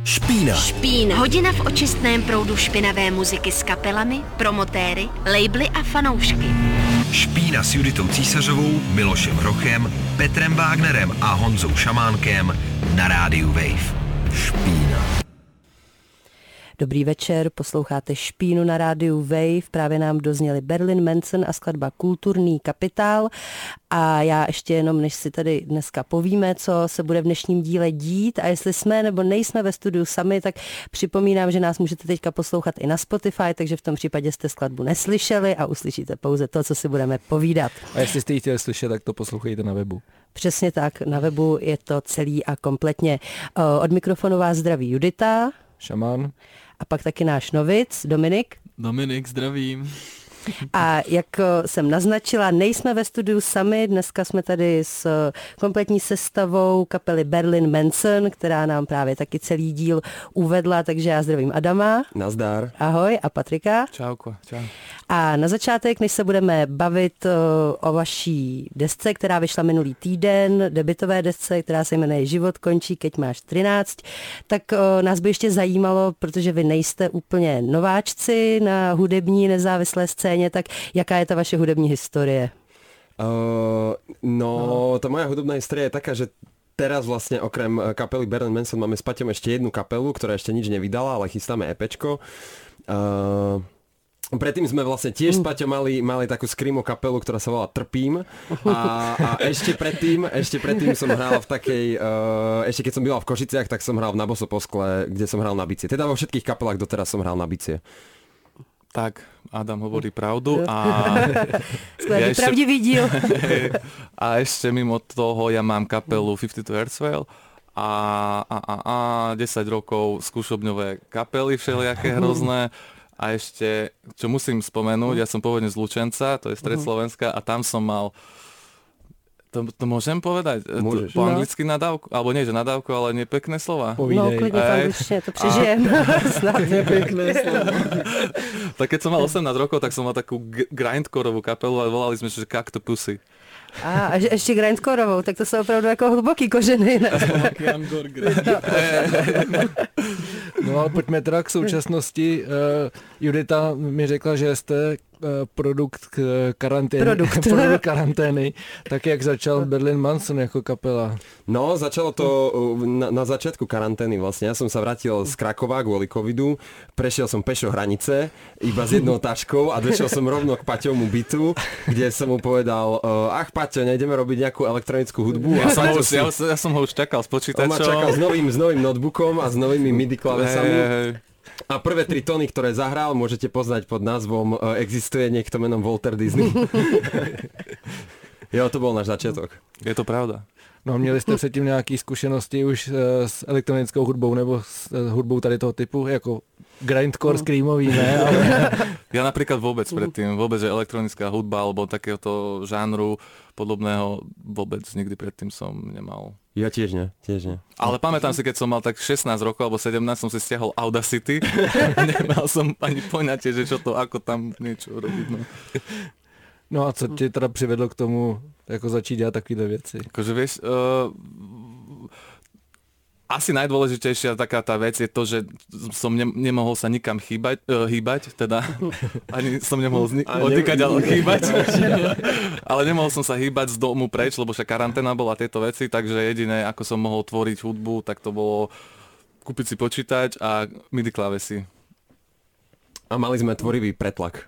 Špína. Špína. Hodina v očistném proudu špinavé muziky s kapelami, promotéry, labely a fanoušky. Špína s Juditou Císařovou, Milošem Hrochem, Petrem Wagnerem a Honzou Šamánkem na rádiu Wave. Špína. Dobrý večer, posloucháte Špínu na rádiu Wave, právě nám dozněli Marilyn Manson a skladba Kulturní kapitál a já ještě jenom, než si tady dneska povíme, co se bude v dnešním díle dít a jestli jsme nebo nejsme ve studiu sami, tak připomínám, že nás můžete teďka poslouchat i na Spotify, takže v tom případě jste skladbu neslyšeli a uslyšíte pouze to, co si budeme povídat. A jestli jste ji chtěli slyšet, tak to poslouchejte na webu. Přesně tak, na webu je to celý a kompletně. Od mikrofonu vás zdraví Judita. Šamán. A pak taky náš novic, Dominik. Dominik, zdravím. A jak jsem naznačila, nejsme ve studiu sami, dneska jsme tady s kompletní sestavou kapely Marilyn Manson, která nám právě taky celý díl uvedla, takže já zdravím Adama. Nazdar. Ahoj, a Patrika. Čauko, čau. A na začátek, než se budeme bavit o vaší desce, která vyšla minulý týden, debutové desce, která se jmenuje Život končí, keď máš 13, tak nás by ještě zajímalo, protože vy nejste úplně nováčci na hudební nezávislé scéně, tak jaká je ta vaše hudební historie? Tá moja hudobná história je taká, že teraz vlastne okrem kapely Marilyn Manson máme s Paťom ešte jednu kapelu, ktorá ešte nič nevydala, ale chystáme EPčko. Predtým sme vlastne tiež s Paťom mali takú screamo kapelu, ktorá sa volá Trpím a ešte predtým som hral v takej, ešte keď som býval v Košiciach, tak som hral v Nabosoposkle, kde som hral na bicie. Teda vo všetkých kapelách doteraz som hral na bicie. Tak, Adam hovorí pravdu a... Ja pravdivý díl. A ešte mimo toho ja mám kapelu 52 Hertzwell a 10 rokov skúšobňové kapely všelijaké hrozné. A ešte, čo musím spomenúť, ja som pôvodne z Lučenca, to je stred Slovenska a tam som mal... To môžem povedať? Môžeš. Po anglicky nadávku? Alebo nie, že nadávku, ale nepekné slova. No, klidně v angličtině, to přežijem. Nepekné slova. Tak keď som mal 18 rokov, tak som mal takú grindcoreovú kapelu a volali sme, že Cactus Pussy. A ještě grindcoreovou, tak to jsou opravdu jako hluboký kořeny. No ale pojďme teda k současnosti. Judita mi řekla, že jste produkt karantény, tak jak začal Marilyn Manson jako kapela? No, začalo to na začiatku karantény vlastne. Ja som sa vrátil z Krakova kvôli covidu, prešiel som pešo hranice, iba s jednou taškou a došiel som rovno k Paťovmu bytu, kde som mu povedal, Paťo, nejdeme robiť nejakú elektronickú hudbu. Ja som ho už čakal s počítačom. On ma čakal s novým notebookom a s novými MIDI klávesami. A prvé 3 tóny, ktoré zahral, môžete poznať pod názvom Existuje niekto menom Walter Disney. Jo, to bol náš začiatok. Je to pravda. No, měli jste předtím nějaké zkušenosti už s elektronickou hudbou nebo s hudbou tady toho typu, jako grindcore, screamový, ne? Ale... Ja napríklad vôbec predtým, že elektronická hudba alebo takéhoto žánru podobného vôbec nikdy predtým som nemal. Ja tiež nie. Ale pamätám si, keď som mal tak 16 rokov alebo 17, som si stiahol Audacity. Nemal som ani poňatie, že čo to, ako tam niečo robiť. No a co tě teda přivedlo k tomu, jako začít dělat takovýhle věci? Akože vieš, asi najdôležitejšia taká tá vec je to, že som nemohol sa nikam hýbať, teda ani som nemohol oddykaď chýbať, ale nemohol som sa hýbať z domu preč, lebo však karanténa bola tieto veci, takže jediné, ako som mohol tvoriť hudbu, tak to bolo kúpiť si počítač a MIDI klávesy. A mali sme tvorivý pretlak.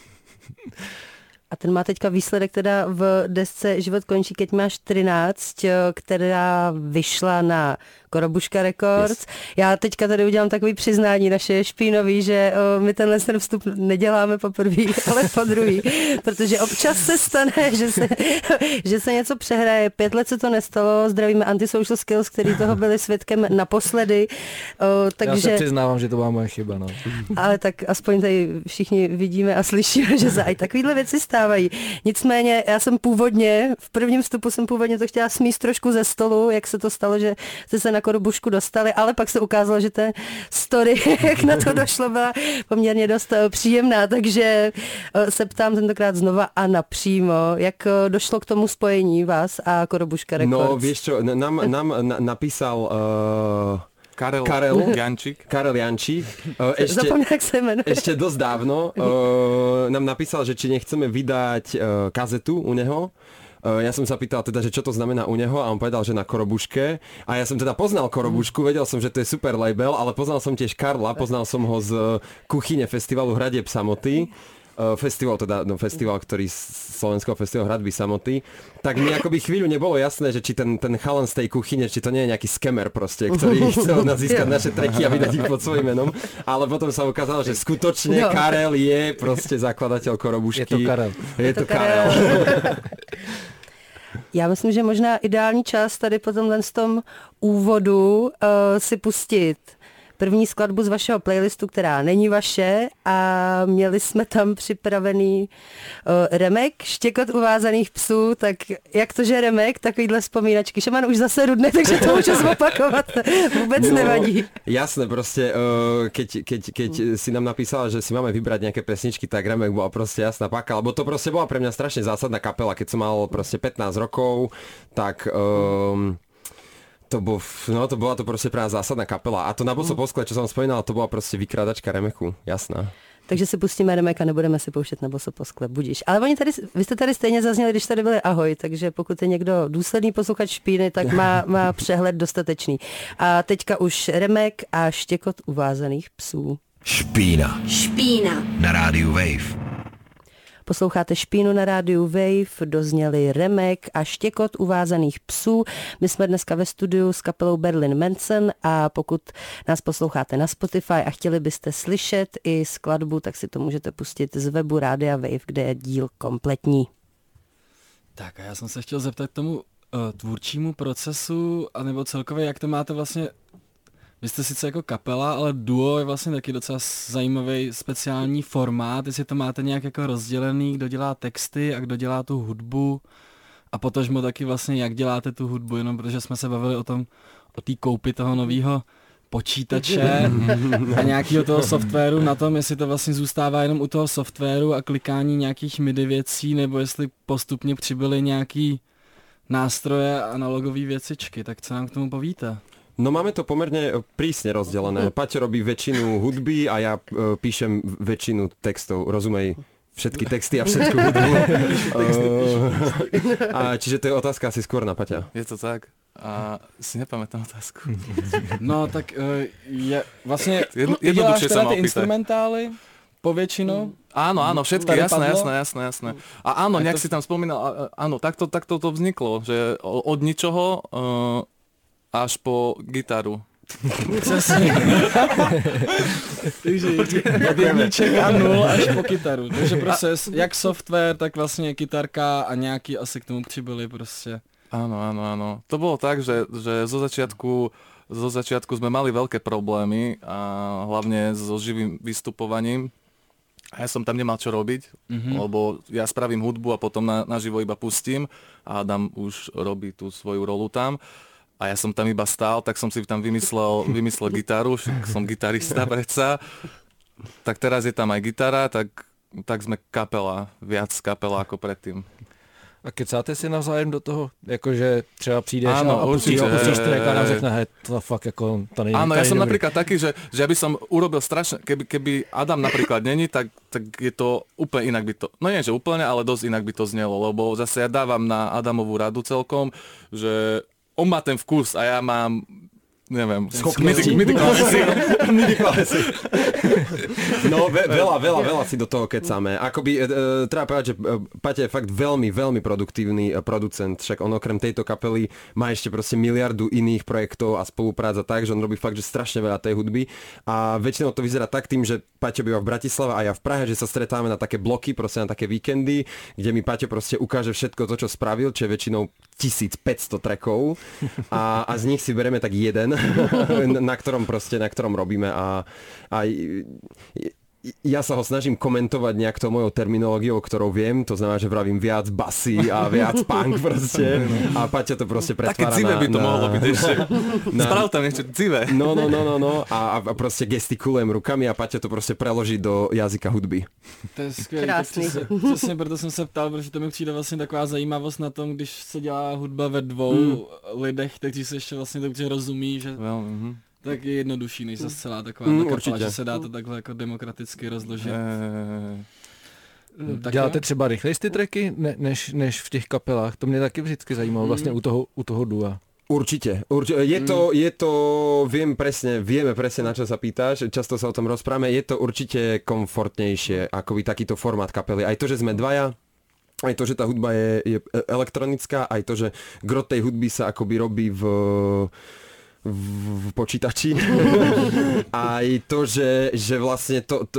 A ten má teďka výsledek teda v desce Život končí, keď máš 13, která vyšla na Korobuška Records. Yes. Já teďka tady udělám takový přiznání naše špínový, že my tenhle ten vstup neděláme poprvé, ale podruhý, protože občas se stane, že se něco přehraje. 5 let se to nestalo, zdravíme Antisocial Skills, který toho byli svědkem naposledy. Takže... Já se přiznávám, že to byla moje chyba. No. Ale tak aspoň tady všichni vidíme a slyšíme, že za takovýhle věci stávají. Nicméně já jsem původně, v prvním vstupu jsem původně to chtěla smíst trošku ze stolu, jak se to stalo, že jste se na Korobušku dostali, ale pak se ukázalo, že ten story, jak na to došlo, byla poměrně dost příjemná, takže se ptám tentokrát znova a napřímo, jak došlo k tomu spojení vás a Korobuška Records? No, vieš čo, nám napísal... Karel Jančík. Karel Jančík. Zapomněl, jak se jmenuje. Ešte dosť dávno nám napísal, že či nechceme vydať kazetu u neho. Ja som sa pýtal teda, že čo to znamená u neho a on povedal, že na Korobuške. A ja som teda poznal Korobušku, vedel som, že to je super label, ale poznal som tiež Karla, poznal som ho z kuchyne festivalu Hradeb Samoty. Festival, ktorý Slovenského festivalu Hradby Samoty, tak mi akoby chvíľu nebolo jasné, že či ten chalan z tej kuchyne, či to nie je nejaký skemer proste, ktorý chce od nás získať naše treky a vydať ich pod svojím menom, ale potom sa ukázalo, že skutočne Karel je proste zakladateľ Korobušky. Je to Karel. Já myslím, že možná ideální čas tady po tomhle tom úvodu si pustit první skladbu z vašeho playlistu, která není vaše, a měli jsme tam připravený remek Štěkot uvázaných psů, tak jak to, že remek, takovýhle vzpomínačky. Šaman už zase rudne, takže to můžu zopakovat, vůbec nevadí. Jasné, proste, keď si nám napísala, že si máme vybrať nejaké pesničky, tak remek bola proste jasná paka, lebo to proste bola pre mňa strašne zásadná kapela, keď som mal proste 15 rokov, tak... To bola to proste pre nás zásadná kapela. A to na Boso Poskle, čo som spomínal, to bola proste vykrádačka remeku, jasná. Takže si pustíme remek a nebudeme si pouštět na Boso Poskle, budíš. Ale vy jste tady stejně zazněli, když tady byli Ahoj, takže pokud je někdo důsledný posluchač Špíny, tak má přehled dostatečný. A teďka už remek a Štěkot uvázaných psů. Špína na rádiu Wave. Posloucháte Špínu na rádiu Wave, dozněli remek a Štěkot uvázaných psů. My jsme dneska ve studiu s kapelou Berlin Manson a pokud nás posloucháte na Spotify a chtěli byste slyšet i skladbu, tak si to můžete pustit z webu Rádia Wave, kde je díl kompletní. Tak a já jsem se chtěl zeptat k tomu tvůrčímu procesu, anebo celkově, jak to máte vlastně. Vy jste sice jako kapela, ale duo je vlastně taky docela zajímavý speciální formát, jestli to máte nějak jako rozdělený, kdo dělá texty a kdo dělá tu hudbu a potažmo taky vlastně jak děláte tu hudbu, jenom protože jsme se bavili o té koupi toho nového počítače a nějakého toho softwaru na tom, jestli to vlastně zůstává jenom u toho softwaru a klikání nějakých MIDI věcí, nebo jestli postupně přibyly nějaký nástroje a analogové věcičky, tak co nám k tomu povíte? No máme to pomerne prísne rozdelené. Paťo robí väčšinu hudby a ja píšem väčšinu textov. Rozumej, všetky texty a všetku hudbu. Čiže to je otázka asi skôr na Paťa. Je to tak. A si nepamätám otázku. No tak vlastne jednoduchšie sa ma tie opýtať. instrumentály poväčšinou? Áno, všetky, jasné. A áno, nejak si tam spomínal, áno, takto to vzniklo, že od ničoho až po gitaru. Přesně. Takže od jedniček a nul až po kytaru. Takže proces, jak software, tak vlastně kytarka a nějaký asi k tomu přibyli prostě. Áno. To bolo tak, že zo začiatku sme mali veľké problémy a hlavne so živým vystupovaním. A ja som tam nemal čo robiť, lebo ja spravím hudbu a potom naživo iba pustím a Adam už robí tú svoju rolu tam. A ja som tam iba stál, tak som si tam vymyslel gitaru, som gitarista predsa. Tak teraz je tam aj gitara, tak sme viac kapela ako predtým. A kecáte si navzájem do toho? Jakože třeba přijdeš a pustíš track a nám řekne, hej, to fakt jako, to není. Áno, ja som napríklad taký, že ja by som urobil strašne, keby Adam napríklad není, tak je to úplne inak by to, no nie, že úplne, ale dosť inak by to znelo, lebo zase ja dávam na Adamovú radu celkom, že on má ten vkus a ja mám, neviem, MIDI klávesy. No veľa si do toho kecáme. Akoby, treba povedať, že Paťa je fakt veľmi, veľmi produktívny producent, však on okrem tejto kapely má ešte proste miliardu iných projektov a spolupráca tak, že on robí fakt, že strašne veľa tej hudby a väčšinou to vyzerá tak tým, že Paťo býva v Bratislave a ja v Prahe, že sa stretáme na také bloky, proste na také víkendy, kde mi Paťo proste ukáže všetko to, čo spravil, čo je väčšinou 1500 trackov a z nich si bereme tak jeden, na ktorom robíme a ja sa ho snažím komentovať nejak tou mojou terminológiou, ktorou viem, to znamená, že vravím viac basy a viac punk proste a Paťa to proste pretvára také cive by to mohlo byť ešte. Sprav tam niečo cive. No a proste gestikulujem rukami a Paťa to proste preloží do jazyka hudby. To je skvělé. Krásný. Přesně proto jsem se ptal, protože to mi přijde vlastně taková zajímavost na tom, když se dělá hudba ve dvou lidech, kteří se ještě vlastně dobře rozumí, že tak je jednodušší, než zase celá taková kapela, určitě. že se dá to takhle jako demokraticky rozložit. Děláte třeba rychleji ty tracky, než v těch kapelách? To mě taky vždycky zajímalo, vlastně u toho dua. Určite. Vieme presne, na čo sa pýtaš, často sa o tom rozprávame, je to určite komfortnejšie, akoby takýto formát kapely. Aj to, že sme dvaja, aj to, že tá hudba je elektronická, aj to, že gro tej hudby sa akoby robí v počítači. Aj to, že vlastne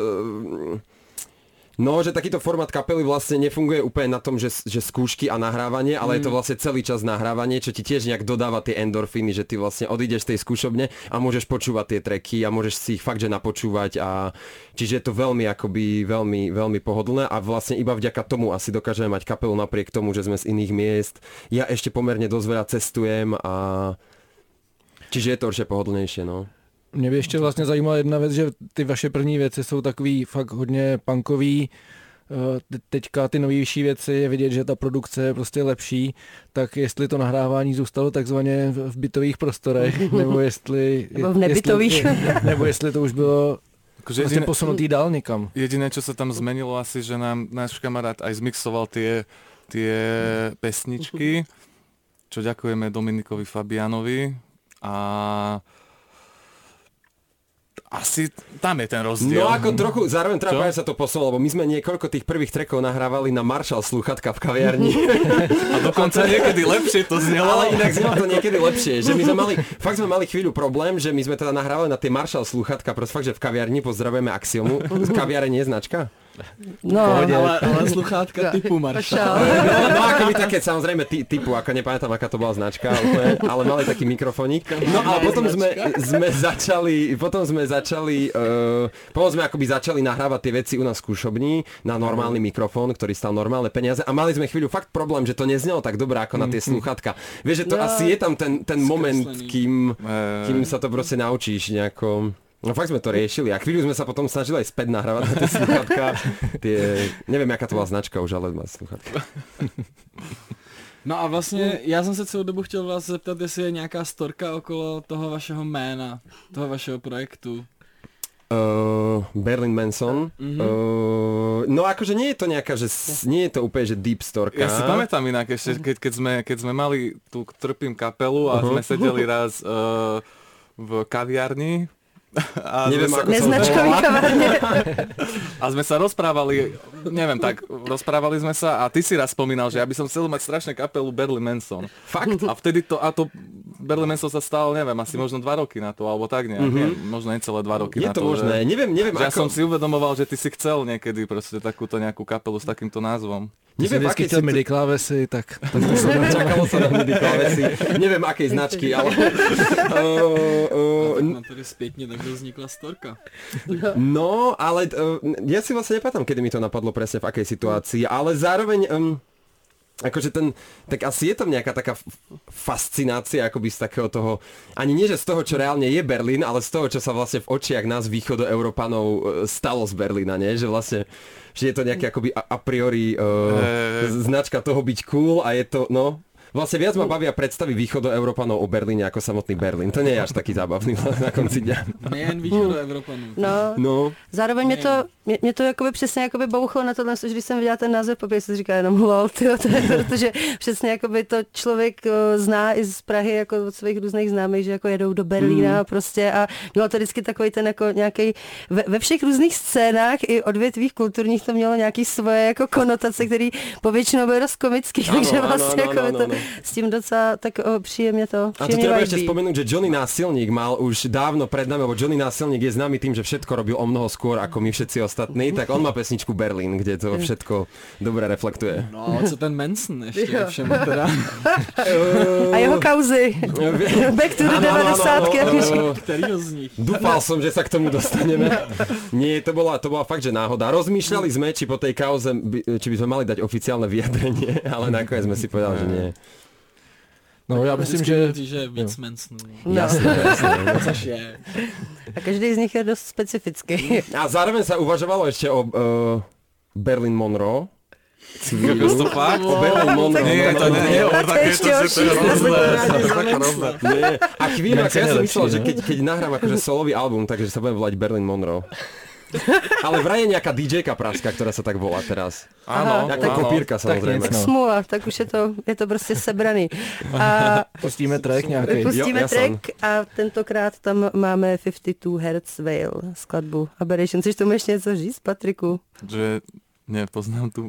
No, že takýto formát kapely vlastne nefunguje úplne na tom, že skúšky a nahrávanie, ale je to vlastne celý čas nahrávanie, čo ti tiež nejak dodáva tie endorfíny, že ty vlastne odídeš z tej skúšobne a môžeš počúvať tie tracky a môžeš si ich fakt, že napočúvať a čiže je to veľmi akoby veľmi pohodlné a vlastne iba vďaka tomu asi dokážeme mať kapelu napriek tomu, že sme z iných miest. Ja ešte pomerne dosť veľa cestujem a čiže je to určite pohodlnejšie, no. Mě by ještě vlastně zajímala jedna věc, že ty vaše první věci jsou takový fakt hodně punkový, teďka ty novější věci je vidět, že ta produkce je prostě lepší, tak jestli to nahrávání zůstalo takzvaně v bytových prostorech, nebo jestli... Nebo v nebytových. Nebo jestli to už bylo vlastně posunutý dál někam. Jediné, čo sa tam zmenilo asi, že nám náš kamarát aj zmixoval tie pesničky, čo ďakujeme Dominikovi Fabianovi a asi tam je ten rozdiel. No ako trochu, zároveň treba povedať, sa to posunulo, lebo my sme niekoľko tých prvých trackov nahrávali na Marshall slúchatka v kaviarni. A dokonca niekedy lepšie to znelo. Ale inak znelo to niekedy lepšie, že my sme mali chvíľu problém, že my sme teda nahrávali na tie Marshall slúchatka, proste fakt, že v kaviarni, pozdravujeme Axiomu. Kaviareň je značka? No, ale sluchátka typu Marshall. No ako by také, samozrejme, typu, ako nepamätám, aká to bola značka, úplne, ale mali taký mikrofónik. No a potom sme začali nahrávať tie veci u nás v skúšobni na normálny mikrofón, ktorý stal normálne peniaze a mali sme chvíľu fakt problém, že to neznelo tak dobré ako na tie slúchatka. Vieš, že to asi je tam ten moment, kým sa to proste naučíš nejako... No fakt sme to riešili a chvíľu sme sa potom snažili aj späť nahrávať na tie sluchátka. Neviem, jaká to bola značka už, ale má sluchátka. No a vlastně já jsem se celou dobu chtěl vás zeptat, jestli je nějaká storka okolo toho vašeho jména, toho vašeho projektu. Berlin Manson. No akože nie je to nejaká, že nie je to úplne, že deep storka. Ja si pamätám inak ešte, keď sme mali tú Trpím kapelu a sme sedeli raz v kaviarni. Neznačkový kavárne. A sme sa rozprávali a ty si raz spomínal, že ja by som chcel mať strašne kapelu Berlin Manson. Fakt? A vtedy to Berlin Manson sa stalo, neviem, asi možno 2 roky na to, alebo tak nejak, možno necelé 2 roky je na Je to. to možné, neviem že ako... Ja som si uvedomoval, že ty si chcel niekedy proste takúto nejakú kapelu s takýmto názvom. Neviem, aký chcel MIDI klávesy, tak to som čakalo sa na MIDI klávesy. Neviem, akej značky, ale... Tak tady spätne tak vznikla storka. No, ale ja si vlastne nepamätám, kedy mi to napadlo presne v akej situácii, ale zároveň... akože tak asi je tam nejaká taká fascinácia akoby z takého toho, ani nie, že z toho, čo reálne je Berlín, ale z toho, čo sa vlastne v očiach nás východoeurópanov stalo z Berlína, nie? Že vlastne, že je to nejaké akoby a priori značka toho byť cool a je to, no... Vlastne viac ma bavia predstavy východoeurópanov o Berlíne ako samotný Berlín. To nie je až taký zábavný na konci dňa. Nejen východoevropanů. No. Zároveň mě to jakoby přesně jakoby bouchlo na tohle, že když jsem viděla ten název, poprvé se říká jenom lol, protože přesně jakoby to člověk zná i z Prahy jako od svých různých známých, že jako jedou do Berlína prostě a mělo to vždycky takový ten jako nějaký ve všech různých scénách i odvětvích kulturních to mělo nějaký svoje jako konotace, který povětšinou byly dost komický, takže vlastně s tím docela tak příjemně to a tu treba ešte spomenúť, že Johnny Násilník mal už dávno pred nami, lebo Johnny Násilník je známy tým, že všetko robil o mnoho skôr ako my všetci ostatní, tak on má pesničku Berlín, kde to všetko dobre reflektuje. No ale co ten Manson ešte všem teda? A jeho kauzy. Back to the 90. Kterýho z nich? Dúfal som, že sa k tomu dostaneme. Nie, to bola fakt, že náhoda. Rozmýšľali sme, či po tej kauze, či by sme mali dať oficiálne vyjadrenie, ale nakoniec sme si povedali, že nie. No já myslím, že víc Mansonů. Jasné. Což je. A každý z nich je dost specifický. A zároveň sa uvažovalo ešte o Berlin Monroe. Kokos, to fakt? O Berlin Monroe. Nie, to nie je ešte horšie. Nie. A chvíľu, ja som myslel, že keď nahrám akože solový album, takže sa budem volať Berlin Monroe. Ale vraj je nejaká DJ-ka pražská, ktorá sa tak volá teraz. Áno, Nejaká kopírka samozrejme. Tak smůla, tak už je to prostě sebraný. A Pustíme track nějaký. pustíme track a tentokrát tam máme 52 Hertz Veil skladbu Aberration. Chceš tomu ještě něco říct, Patriku? Že nepoznám tu.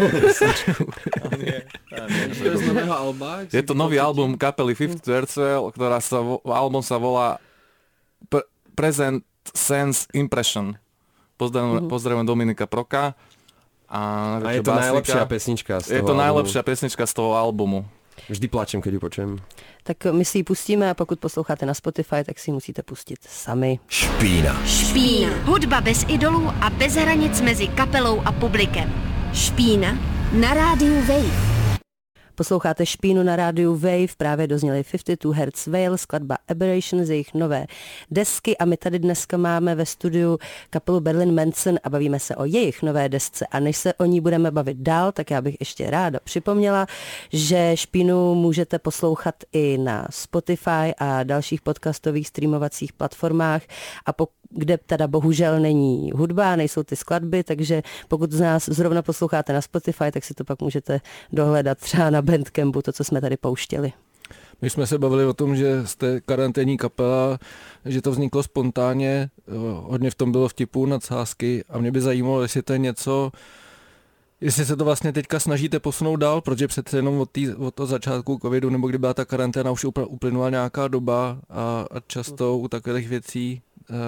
To je z nového alba? Je to nový album kapely 50 Hertz, ktorá album sa volá Present Sense Impression. Pozdravujem Dominika Proka. A je to najlepšia pesnička z toho Je to najlepšia pesnička z toho albumu. Vždy plačem, keď ju počujem. Tak my si ji pustíme a pokud posloucháte na Spotify, tak si ji musíte pustit sami. Špína. Špína. Hudba bez idolů a bez hranic mezi kapelou a publikem. Špína na rádiu Wave. Posloucháte Špínu na rádiu Wave, právě dozněli 52 Hertz Veil, skladba Aberration z jejich nové desky a my tady dneska máme ve studiu kapelu Berlin Manson a bavíme se o jejich nové desce a než se o ní budeme bavit dál, tak já bych ještě ráda připomněla, že Špínu můžete poslouchat i na Spotify a dalších podcastových streamovacích platformách a kde teda bohužel není hudba, nejsou ty skladby, takže pokud z nás zrovna posloucháte na Spotify, tak si to pak můžete dohledat třeba na Bandcampu, to, co jsme tady pouštěli. My jsme se bavili o tom, že jste karanténní kapela, že to vzniklo spontánně, hodně v tom bylo vtipů, nadsázky a mě by zajímalo, jestli to je něco, jestli se to vlastně teďka snažíte posunout dál, protože přece jenom od toho začátku covidu, nebo kdy byla ta karanténa, už uplynula nějaká doba a často u takových věcí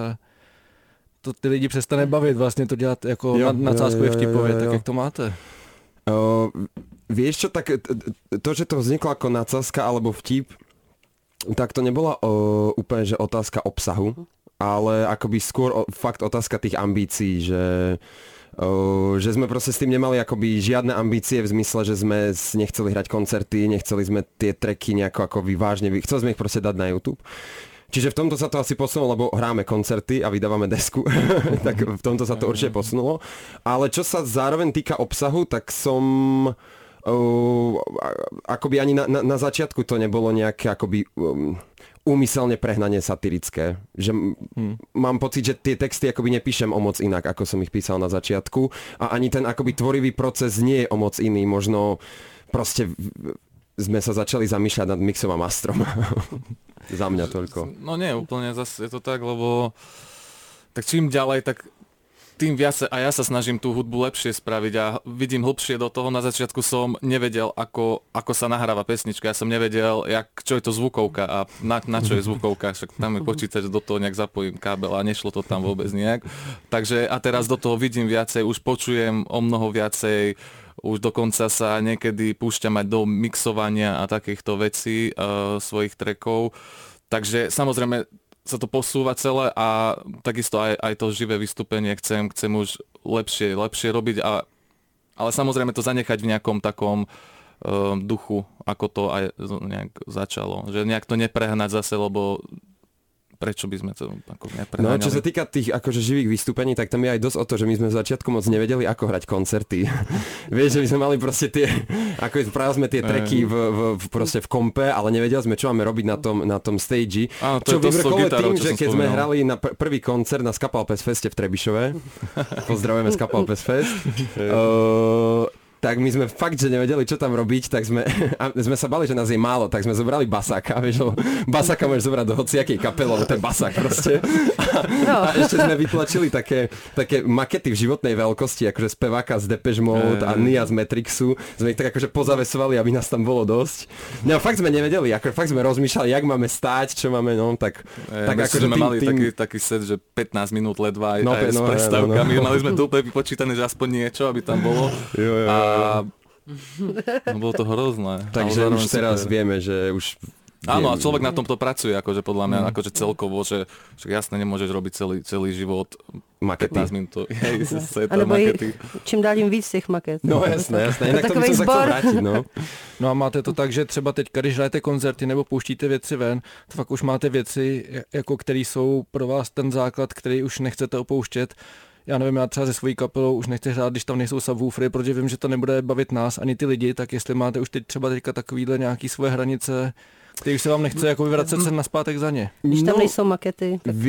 to ty lidi přestane bavit, vlastně to dělat jako nadsázkově vtipově, tak jak to máte? Vieš čo, tak to, že to vzniklo ako nadsázka alebo vtip, tak to nebola úplne že otázka obsahu, ale akoby skôr fakt otázka tých ambícií, že sme proste s tým nemali akoby žiadne ambície v zmysle, že sme nechceli hrať koncerty, nechceli sme tie tracky nejako akoby vážne, chceli sme ich proste dať na YouTube. Čiže v tomto sa to asi posunulo, lebo hráme koncerty a vydávame desku, tak v tomto sa to určite posunulo. Ale čo sa zároveň týka obsahu, tak som akoby ani na začiatku to nebolo nejaké akoby úmyselne prehnanie satirické. Že mám pocit, že tie texty akoby nepíšem o moc inak, ako som ich písal na začiatku a ani ten akoby tvorivý proces nie je o moc iný. Možno proste sme sa začali zamýšľať nad mixom a mastrom. Za mňa toľko. No nie, úplne zase je to tak, lebo tak čím ďalej, tak tým viac a ja sa snažím tú hudbu lepšie spraviť a vidím hlbšie do toho. Na začiatku som nevedel, ako sa nahráva pesnička. Ja som nevedel, čo je to zvukovka a na čo je zvukovka. Však tam je počítač, do toho nejak zapojím kábel a nešlo to tam vôbec nejak. Takže a teraz do toho vidím viacej, už počujem o mnoho viacej, už dokonca sa niekedy púšťam aj do mixovania a takýchto vecí svojich trackov. Takže samozrejme sa to posúva celé a takisto aj to živé vystúpenie chcem už lepšie robiť, ale samozrejme to zanechať v nejakom takom duchu, ako to aj nejak začalo. Že nejak to neprehnať zase, lebo prečo by sme to ako nepreháňali? No čo sa týka tých akože živých vystúpení, tak tam je aj dosť o to, že my sme v začiatku moc nevedeli, ako hrať koncerty. Vieš, že my sme mali proste tie, ako práve sme tie tracky proste v kompe, ale nevedeli sme, čo máme robiť na tom stage. Čo vyvrcholilo tým, že keď sme hrali na prvý koncert na Skapalpes Feste v Trebišove, pozdravujeme Skapalpes Fest, tak my sme fakt, že nevedeli, čo tam robiť, tak sme sa bali, že nás je málo, tak sme zobrali basáka, vieš, basáka môžeš zobrať do hociakej kapely, lebo ten basák proste. A ešte sme vytlačili také makety v životnej veľkosti, akože speváka z Depeche Mode a Nia z Matrixu, sme ich tak akože pozavesovali, aby nás tam bolo dosť. No fakt sme nevedeli, fakt sme rozmýšľali, jak máme stáť, čo máme, no, tak akože sme mali taký set, že 15 minút ledva aj s prestávkami, mali sme to úplne vypočítané, že aspoň niečo, aby tam bolo. No bolo to hrozné. Takže už teraz vieme, že už... Áno, a človek na tomto pracuje, akože podľa mňa, akože celkovo, že jasne nemôžeš robiť celý život makety. 15 minút. Alebo čím dál tím víc těch maket. No jasné. Jinak to by som sa chcel vrátiť, no. No a máte to tak, že třeba teďka, když hrajete koncerty nebo pouštíte věci ven, to fakt už máte věci, jako které jsou pro vás ten základ, který už nechcete opouštět. já nevím, já třeba se svojí kapelou už nechci hrát, když tam nejsou subwoofery, protože vím, že to nebude bavit nás ani ty lidi, tak jestli máte už teď třeba teďka takovýhle nějaký svoje hranice, který už se vám nechce jako vyvracet se naspátek za ně. Když tam nejsou makety. Tak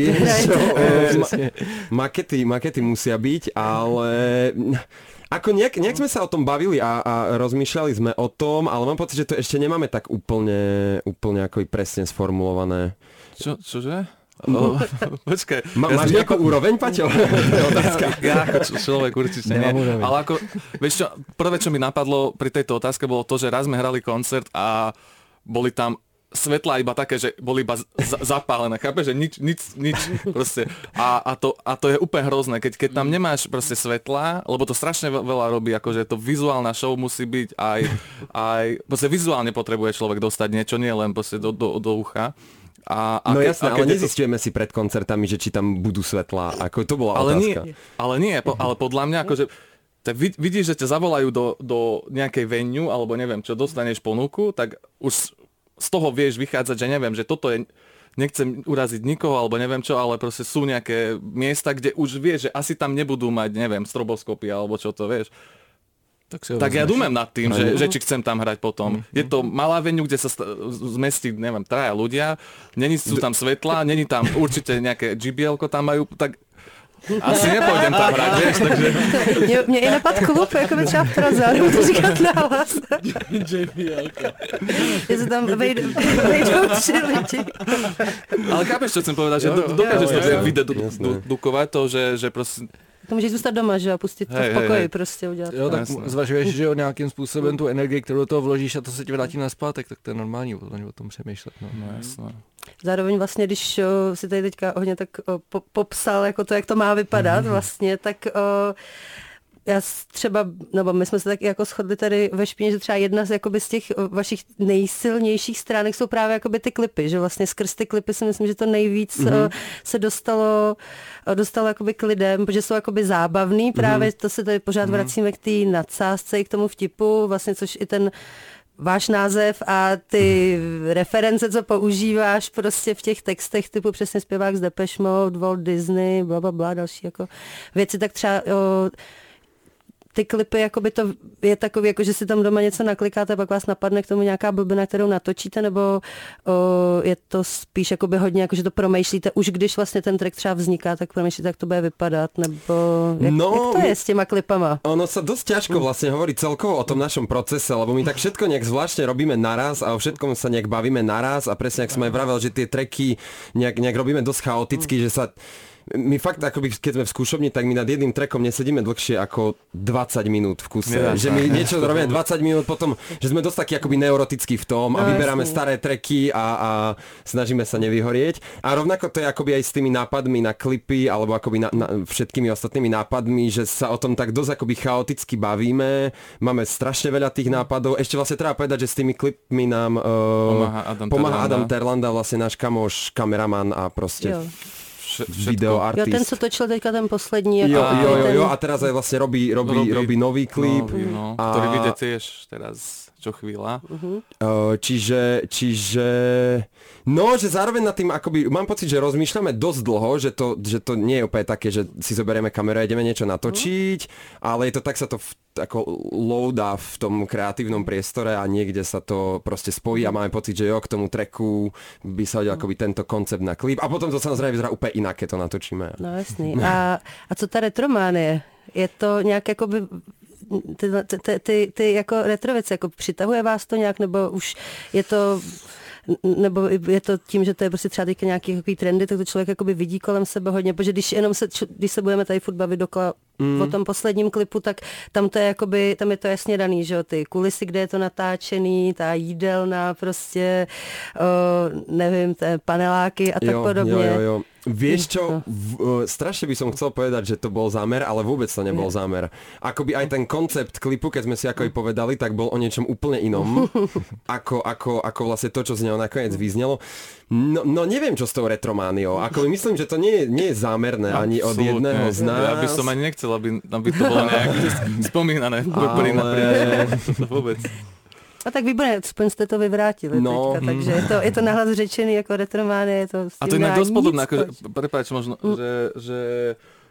makety musia byť, ale ako nejak sme sa o tom bavili a rozmýšľali sme o tom, ale mám pocit, že to ešte nemáme tak úplne ako i presne sformulované. Čože? Počkaj. Máš nejakú úroveň, Paťo? Ja ako človek určite nie. Ale ako, vieš čo, prvé, čo mi napadlo pri tejto otázke, bolo to, že raz sme hrali koncert a boli tam svetlá iba také, že boli iba zapálené, chápeš, že nič proste. A to je úplne hrozné, keď tam nemáš proste svetlá, lebo to strašne veľa robí, akože to vizuálna show musí byť aj proste vizuálne potrebuje človek dostať niečo, nie len proste do ucha. No jasné, ale nezistujeme si pred koncertami, že či tam budú svetlá, ako to bola otázka. Ale podľa mňa, akože tak vidíš, že ťa zavolajú do nejakej venue, alebo neviem čo, dostaneš ponuku, tak už z toho vieš vychádzať, že neviem, že toto je, nechcem uraziť nikoho, alebo neviem čo, ale proste sú nejaké miesta, kde už vieš, že asi tam nebudú mať, neviem, stroboskopy, alebo čo to vieš. Tak ja dúmem nad tým, že či chcem tam hrať potom. Je to malá venue, kde sa zmestí, neviem, 3 ľudia, sú tam svetlá, není tam určite nejaké GBL-ko tam majú, tak asi nepôjdem tam hrať, vieš, takže... Mě je napad klub, jako by třeba v Praze, ale to říkat nahlas. Jestli tam vejdou 3 lidi. Ale chápeš, čo chcem povedať, že dokážeš to vydedukovať to, že prostě... To můžeš zůstat doma, že a pustit to v pokoji prostě udělat. Jo, tak zvažuješ, že nějakým způsobem tu energii, kterou do toho vložíš a to se ti vrátí nazpátek, tak to je normální o tom přemýšlet. No jasně. Zároveň vlastně, když si tady teďka hodně tak popsal, jako to, jak to má vypadat vlastně, tak já třeba, nebo my jsme se tak jako shodli tady ve Špíně, že třeba jedna z těch vašich nejsilnějších stránek jsou právě jakoby ty klipy, že vlastně skrz ty klipy si myslím, že to nejvíc se dostalo jakoby k lidem, protože jsou jakoby zábavný, právě to se tady pořád vracíme k té nadsázce i k tomu vtipu, vlastně což i ten váš název a ty reference, co používáš prostě v těch textech, typu přesně zpěvák z Depeche Mode, Walt Disney, blablabla, další jako věci, tak třeba ty klipy, jakoby to je takový, jako že si tam doma něco naklikáte, pak vás napadne k tomu nějaká blbina, kterou natočíte, nebo je to spíš jakoby hodně, jako že to promýšlíte, už když vlastně ten track třeba vzniká, tak promýšlíte, jak to bude vypadat, nebo jak to je s těma klipama? Ono sa dosť ťažko vlastne hovorí celkovo o tom našom procese, lebo my tak všetko nejak zvláštne robíme naraz a o všetkom sa nejak bavíme naraz a presne, jak som aj vravel, že tie tracky nejak robíme dosť chaoticky, že sa my fakt, akoby, keď sme v skúšobni, tak my nad jedným trackom nesedíme dlhšie ako 20 minút v kuse. Ja, že my niečo robíme 20 minút potom, že sme dosť takí akoby neurotickí v tom a vyberáme staré tracky a snažíme sa nevyhorieť. A rovnako to je akoby aj s tými nápadmi na klipy alebo akoby na všetkými ostatnými nápadmi, že sa o tom tak dosť akoby chaoticky bavíme. Máme strašne veľa tých nápadov. Ešte vlastne treba povedať, že s tými klipmi nám pomáha Adam Terlanda, vlastne náš kamoš, kameraman a proste... video artist. Jo, ten, co točil teďka ten poslední. Jo, a teraz aj vlastne robí nový klip. Ktorý vyjde tiež teraz čo chvíľa. Čiže no, že zároveň nad tým akoby, mám pocit, že rozmýšľame dosť dlho, že to nie je úplne také, že si zoberieme kameru a ideme niečo natočiť, ale je to tak, sa to ako loada v tom kreatívnom priestore a niekde sa to proste spojí a máme pocit, že jo, k tomu tracku by sa hodil akoby tento koncept na klip a potom to samozrejme vyzerá úplne inak, keď to natočíme. No jasný. A co ta retrománie? Je to nějak jakoby ty jako retrověci, jako přitahuje vás to nějak, nebo už je to... Nebo je to tím, že to je prostě třeba teďka nějaký takový trendy, tak to člověk jakoby vidí kolem sebe hodně, protože když se budeme tady furt bavit dokola o tom posledním klipu, tak tam to je jakoby, tam je to jasně daný, že jo, ty kulisy, kde je to natáčený, ta jídelna prostě, nevím, té paneláky a tak podobně. Jo. Vieš čo, strašne by som chcel povedať, že to bol zámer, ale vôbec to nebol zámer. Akoby aj ten koncept klipu, keď sme si ako aj povedali, tak bol o niečom úplne inom, ako vlastne to, čo z neho nakoniec vyznelo. No neviem, čo s tou retromániou. Ako myslím, že to nie je zámerné ani od jedného z nás. Ja by som ani nechcel, aby to bolo nejak spomínané. Ale... Vôbec. A tak výborně, aspoň jste to vyvrátili teďka, takže je to nahlas řečený jako retrománie, je to s tím a to je dosť podobné, akože, prepáč možno, že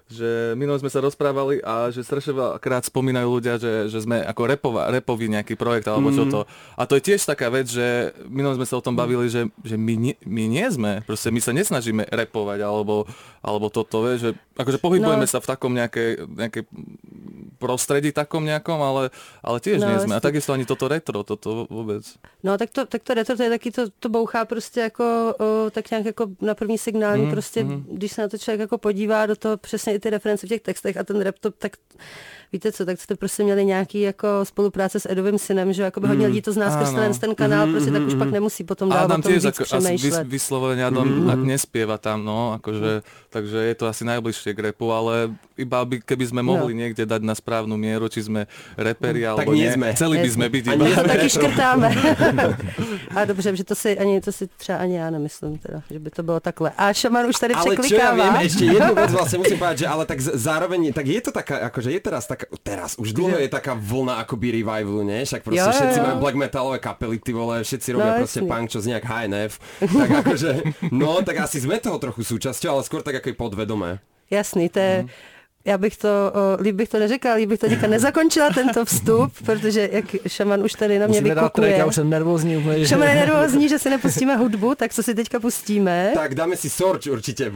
že minulé sme sa rozprávali a že strašne veľakrát spomínajú ľudia, že sme ako repový nejaký projekt alebo čo to. A to je tiež taká vec, že minulé sme sa o tom bavili, že my nie sme, proste my sa nesnažíme repovať alebo toto, vieš, že akože pohybujeme sa v takom nejaké prostredí takom nejakom, ale tiež nie sme. A takisto ani toto retro, toto vôbec. No tak to retro, to je taky to bouchá prostě jako tak nějak jako na první signální, prostě když se na to člověk jako podívá do toho přesně i ty reference v těch textech a ten rap to tak víte co, tak jste prostě měli nějaký jako spolupráce s Edovým synem, že jako by hodně lidí to zná skrz ten kanál, prostě tak už pak nemusí potom dál o tom víc přemýšlet. Vyslovene Adam nespieva tam, no, akože, takže je to asi najbližšie k rapu, ale iba keby sme mohli niekde dať na správnu mieru, či sme reperi, alebo nie, chceli by sme byť iba. A to taky škrtáme. A dobře, že to si třeba ani já nemyslím teda, že by to bylo takhle. A Šaman už tady překlikává. Ale čo ja viem, ešte jednu vec vlastne musím povedať, že ale tak zároveň, tak je to taká, akože je teraz už dlho je taká vlna akoby revivalu, ne? Však proste všetci majú black metalové kapely, ty vole, všetci robia proste punk, čo znie jak HNF. Tak akože, no tak asi sme toho trochu súčasťou, ale skôr tak ako podvedomé. Jasný, to je... líp bych to neřekla, líp bych to teďka nezakončila tento vstup, protože jak Šaman už tady na mě vykukuje. Já už jsem nervózní úplně. Šaman je nervózní, že si nepustíme hudbu, tak co si teďka pustíme? Tak dáme si Sorge určitě.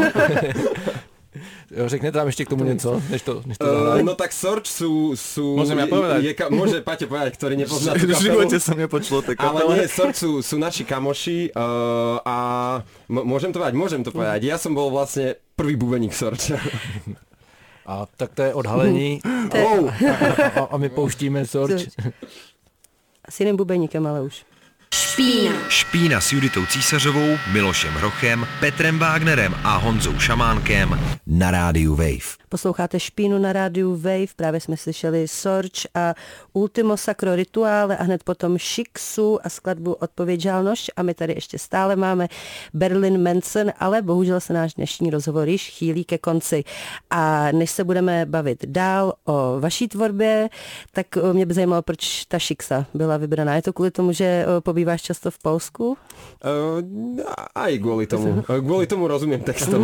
Jo, řekněte nám ještě k tomu něco, než to zahraje. No tak Sorge sú... Môžem ja povedať? Môže Paťo povedať, ktorý nepozná tú kapelu. V živote som nepočul tej kapele. Ale nie, Sorge sú naši kamoši a môžem to povedať. Ja som bol vlastne prvý bubeník Sorge. A tak to je odhalení. A my pouštíme Sorge. S jiným bubeníkem, ale už. Špína s Juditou Císařovou, Milošem Hrochem, Petrem Wagnerem a Honzou Šamánkem na rádiu Wave. Posloucháte Špínu na rádiu Wave, právě jsme slyšeli Sorge a Ultimo Sacro Rituale a hned potom Shiksu a skladbu Odpověď žálnoš a my tady ještě stále máme Berlin Manson, ale bohužel se náš dnešní rozhovor již chýlí ke konci. A než se budeme bavit dál o vaší tvorbě, tak mě by zajímalo, proč ta Shiksa byla vybraná. Je to kvůli tomu, že pobýváš často v Polsku? Aj kvôli tomu. Kvôli tomu rozumiem textom.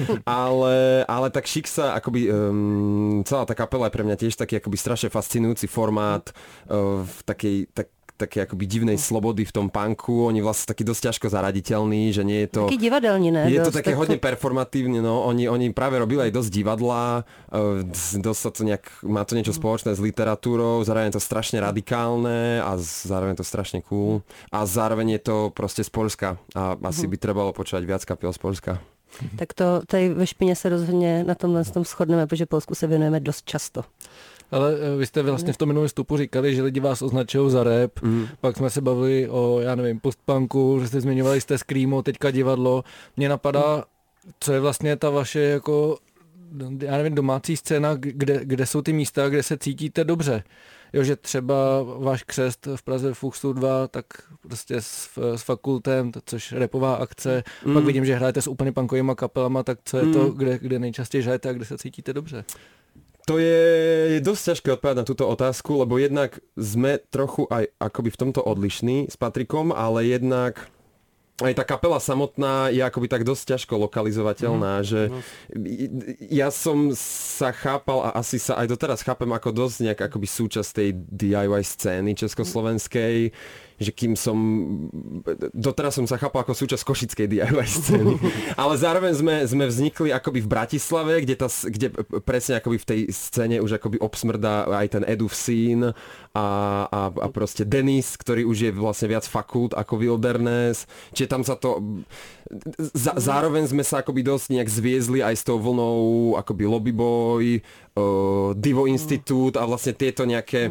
ale tak Shiksa, akoby celá tá kapela je pre mňa tiež taký akoby strašne fascinujúci formát v takej akoby divnej slobody v tom punku. Oni vlastne taký dosť ťažko zaraditeľný, že nie je to... Taký divadelní, ne? Je to také hodne performatívne, no. Oni práve robili aj dosť divadla, dosť sa to nejak, má to niečo spoločné s literatúrou, zároveň je to strašne radikálne a zároveň je to strašne cool. A zároveň je to proste z Poľska a asi by trebalo počúvať viac kapiel z Poľska. Tak to tady ve Špíně se rozhodně na tomhle shodneme, protože Polsku se věnujeme dost často. Ale vy jste vlastně v tom minulém vstupu říkali, že lidi vás označují za rap, pak jsme se bavili o, já nevím, postpunku, že jste zmiňovali jste Screamo, teďka divadlo. Mně napadá, co je vlastně ta vaše jako, já nevím, domácí scéna, kde jsou ty místa, kde se cítíte dobře. Jo, že třeba váš křest v Praze Fuchsu 2, tak prostě s Fakultem, což rapová akce, pak vidím, že hrajete s úplně punkovýma kapelama, tak co je to, kde nejčastěji hrajete a kde se cítíte dobře? To je dosť ťažké odpovedať na túto otázku, lebo jednak sme trochu aj akoby v tomto odlišní s Patrikom, ale jednak aj tá kapela samotná je akoby tak dosť ťažko lokalizovateľná, že ja som sa chápal a asi sa aj doteraz chápem ako dosť nejak akoby súčasť tej DIY scény československej, že kým som... Doteraz som sa chápal ako súčasť košickej DIY scény. Ale zároveň sme vznikli akoby v Bratislave, kde presne akoby v tej scéne už akoby obsmrdá aj ten Edův syn a proste Denis, ktorý už je vlastne viac Fakult ako Wilderness. Čiže tam sa to... Zároveň sme sa akoby dosť nejak zviezli aj s tou vlnou akoby Lobbyboy, Divo Institute a vlastne tieto nejaké...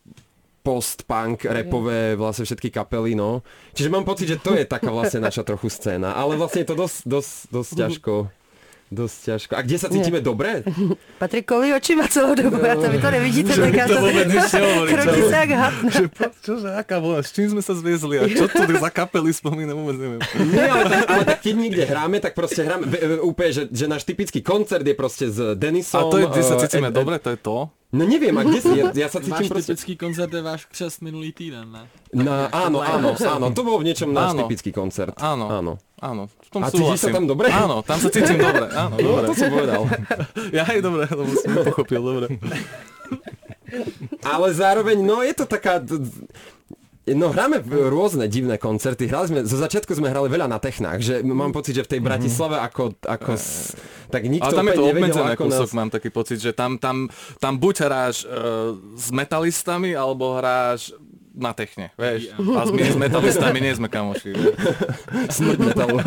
post-punk, rapové vlastne všetky kapely, no. Čiže mám pocit, že to je taká vlastne naša trochu scéna, ale vlastne je to dosť ťažko. Dosť ťažko. A kde sa cítime dobre? Patrik kolí očima celou dobu, vy to nevidíte, tak já to krotí se jak had. Čože, aká bola, s čím sme sa zviezli a čo tu za kapely spomínam, vôbec neviem. Nie, ale tak keď niekde hráme, tak proste hráme úplne, že náš typický koncert je proste s Denisom. A to je, kde sa cítime dobre, to je to? No neviem, a kde si? Ja sa cítim proste... Váš typický koncert je váš křest minulý týden, ne? Áno, to bol v niečom náš typický koncert. Áno. Áno, v tom a cítiš sa tam dobre? Áno, tam sa cítim dobre, áno, dobre. To som povedal. Ja aj dobre, lebo som pochopil, dobre. Ale zároveň, no je to taká... No hráme rôzne divné koncerty. Zo začiatku sme hrali veľa na technách, že mám pocit, že v tej Bratislave tak nikto ale tam je to nevedel, obmedzené ako kúsok, nás... mám taký pocit, že tam buď hráš s metalistami, alebo hráš na techne, vieš. A my s metalistami nie sme kamoši. Smrť metalu.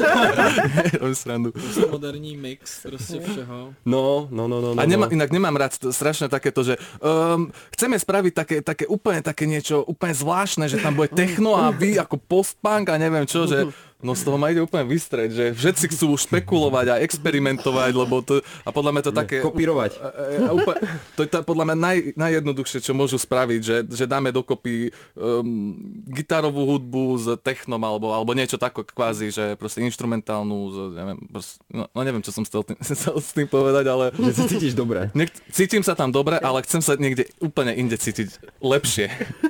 Srandu. Moderní mix prostě všeho. No. A inak nemám rád strašne takéto, že chceme spraviť také úplne také niečo úplne zvláštne, že tam bude techno a vy ako post-punk a neviem čo, že no z toho ma ide úplne vystrieť, že všetci chcú špekulovať a experimentovať, lebo to, a podľa mňa to také... Kopírovať. To je podľa mňa najjednoduchšie, čo môžu spraviť, že dáme dokopy gitarovú hudbu s technom alebo niečo tako kvázi, že proste instrumentálnu, neviem, neviem, čo som chcel s tým povedať, ale... Že sa cítiš dobre. Cítim sa tam dobre, ale chcem sa niekde úplne inde cítiť lepšie.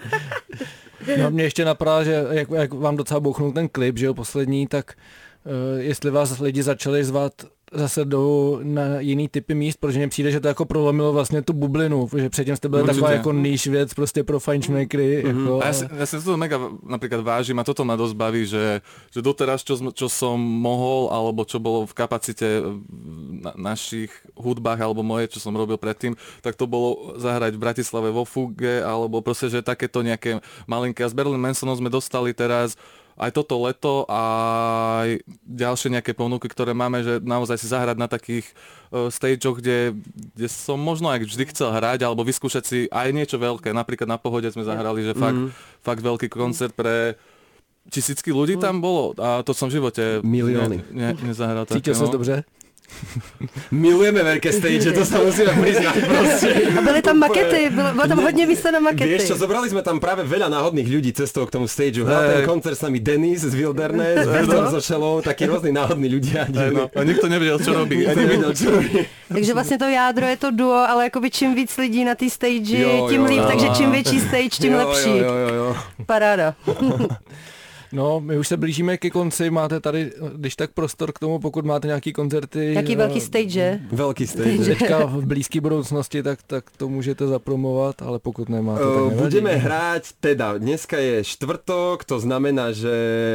No mě ještě napadá, že jak vám docela bouchnul ten klip, že jo, poslední, tak jestli vás lidi začali zvat zase na jiný typy míst, protože mně přijde, že to jako prolomilo vlastně tu bublinu, že předtím jste byli taková jako níž věc prostě pro fajnšmejkry. Jako, ja si to mega napríklad vážim a toto ma dosť baví, že doteraz, čo som mohol, alebo čo bolo v kapacite našich hudbách, alebo moje, čo som robil predtým, tak to bolo zahrať v Bratislave vo Fuge, alebo proste, že takéto nejaké malinké. A s Marilyn Mansonom sme dostali teraz aj toto leto a aj ďalšie nejaké ponuky, ktoré máme, že naozaj si zahrať na takých stageoch, kde som možno aj vždy chcel hrať, alebo vyskúšať si aj niečo veľké. Napríklad na Pohode sme zahrali, že fakt veľký koncert pre tisícky ľudí tam bolo a to som v živote milióny nezahral. Cítil sa dobře? Milujeme veľké stage, to sa musíme priznať proste. A byly tam makety, bylo tam hodně místa na makety. Vieš čo, zobrali sme tam práve veľa náhodných ľudí cestou k tomu stageu. Hral ten koncert s nami Denis z Wilderness, Viktor so Šelou, takí rôzni náhodní ľudia. A nikto nevedel, čo robí. Takže vlastně to jádro je to duo, ale jakoby čím víc lidí na té stage, tím líp, takže čím větší stage, tím lepší. Paráda. No, my už se blížíme ke konci, máte tady, když tak prostor k tomu, pokud máte nějaký koncerty. Jaký velký stage? Velký stage. Teďka v blízké budoucnosti, tak to můžete zapromovat, ale pokud nemáte, tak nevadí. Budeme hrať, teda dneska je štvrtok, to znamená, že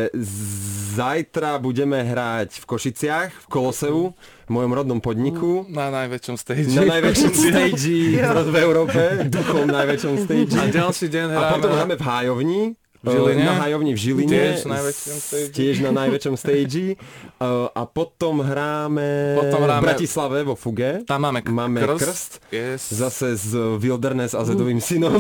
zajtra budeme hrať v Košiciach, v Koloseu, v mojom rodnom podniku. Na najväčšom stage. Na najväčšom stage v Európe, duchom najväčšom stage. A ďalší deň hráme. A potom hráme v Hájovni. Na Hájovni v Žiline, tiež na najväčšom stage. A potom hráme v Bratislave vo Fuge. Tam máme krst. Yes. Zase s Wilderness a Zedovým synom.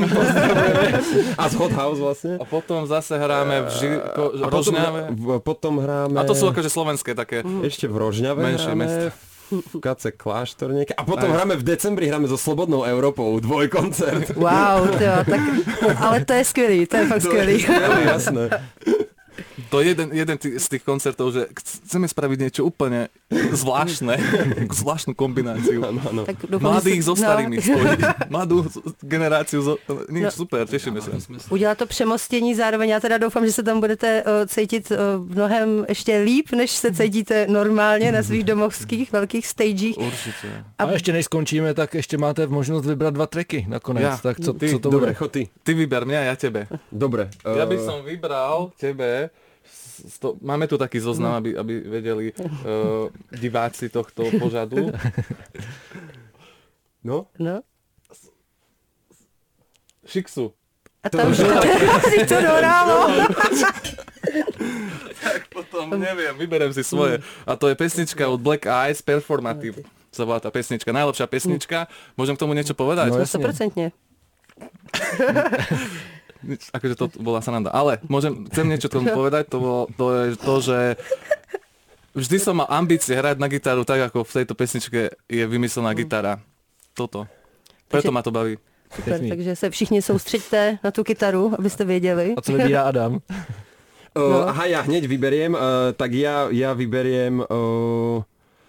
A z Hot House vlastne. A potom zase hráme v Rožňave. Potom hráme... A to sú akože slovenské také. Ešte v Rožňave menšie hráme. V Kace Kláštor niekde. A potom hráme v decembri, hráme so Slobodnou Európou, dvojkoncert. Wow, tak, ale to je skvělý, to je fakt skvělý. Jasné. To je jeden z tých koncertov, že chceme spraviť niečo úplne zvláštne, zvláštnu kombináciu. Ano. Mladých so starými spojí. Mladú generáciu, super, tešíme sa. Udělat to přemostění zároveň, já teda doufám, že se tam budete cítit mnohem ještě líp, než se cítíte normálně na svých domovských velkých stagech. Určite. A ještě než skončíme, tak ještě máte možnost vybrat 2 tracky nakonec. Ja, tak co to dobre, bude? Ty vyber mňa, ja tebe. Dobre. Ja by som vybral tebe. Máme tu taký zoznam, aby vedeli diváci tohto pořadu. No? Šiksu. A to už to dohrálo. Tak potom neviem, vyberiem si svoje. A to je pesnička od Black Eyes, Performative. Sa volá tá pesnička, najlepšia pesnička. Môžem k tomu niečo povedať? No 100%. Akože to bola sranda. Ale chcem niečo k tomu povedať, to je to, že vždy som mal ambície hrať na gitaru tak, ako v tejto pesničke je vymyslená gitara. Toto. Preto ma to baví. Super, takže se všichni soustřeďte na tu kytaru, abyste věděli. A co vybírá Adam? Aha, ja hneď vyberiem, tak ja vyberiem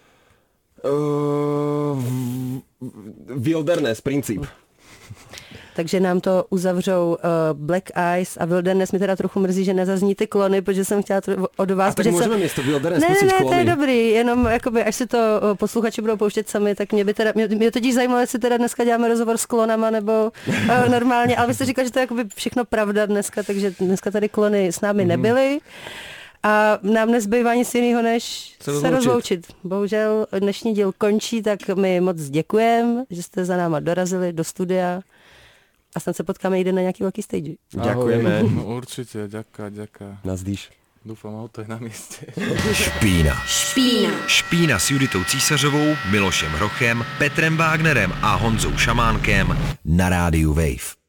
Wilderness, princíp. takže nám to uzavřou Black Eyes a Wilderness. Mi teda trochu mrzí, že nezazní ty klony, protože jsem chtěla od vás... A tak můžeme město Wilderness pustit klony. Ne, to je dobrý, jenom jakoby, až si to posluchači budou pouštět sami, tak mě totiž zajímalo, jestli teda dneska děláme rozhovor s klonama, nebo normálně, ale vy jste říkal, že to je jakoby všechno pravda dneska, takže dneska tady klony s námi nebyly. A nám nezbývá nic jiného, než se rozloučit. Bohužel dnešní díl končí, tak my moc děkujeme, že jste za náma dorazili do studia a snad se potkáme někde na nějaký velký stage. Ďakujeme. No, určite, ďaká. Nazdíš. Dúfam, auto je na mieste. Špína s Juditou Císařovou, Milošem Hrochem, Petrem Vágnerem a Honzou Šamánkem na rádiu Wave.